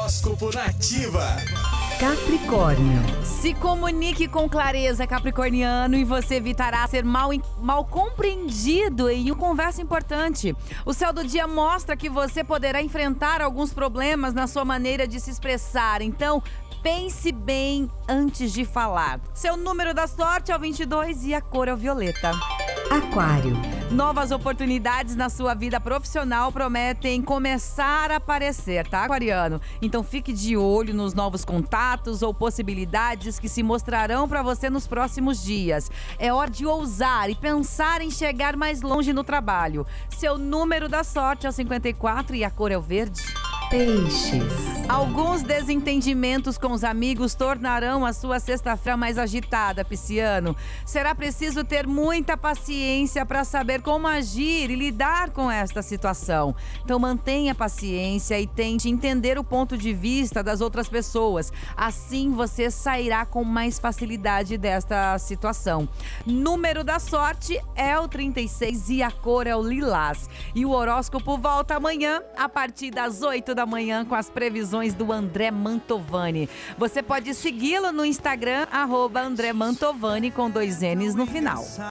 Horóscopo Nativa. Capricórnio. Se comunique com clareza, capricorniano, e você evitará ser mal compreendido em uma conversa importante. O céu do dia mostra que você poderá enfrentar alguns problemas na sua maneira de se expressar. Então, pense bem antes de falar. Seu número da sorte é o 22 e a cor é o violeta. Aquário. Novas oportunidades na sua vida profissional prometem começar a aparecer, tá, aquariano? Então fique de olho nos novos contatos ou possibilidades que se mostrarão para você nos próximos dias. É hora de ousar e pensar em chegar mais longe no trabalho. Seu número da sorte é o 54 e a cor é o verde. Peixes. Alguns desentendimentos com os amigos tornarão a sua sexta-feira mais agitada, pisciano. Será preciso ter muita paciência para saber como agir e lidar com esta situação. Então mantenha paciência e tente entender o ponto de vista das outras pessoas. Assim você sairá com mais facilidade desta situação. Número da sorte é o 36 e a cor é o lilás. E o horóscopo volta amanhã a partir das 8 da manhã com as previsões do André Mantovani. Você pode segui-lo no Instagram, @André Mantovani com 2 N's no final.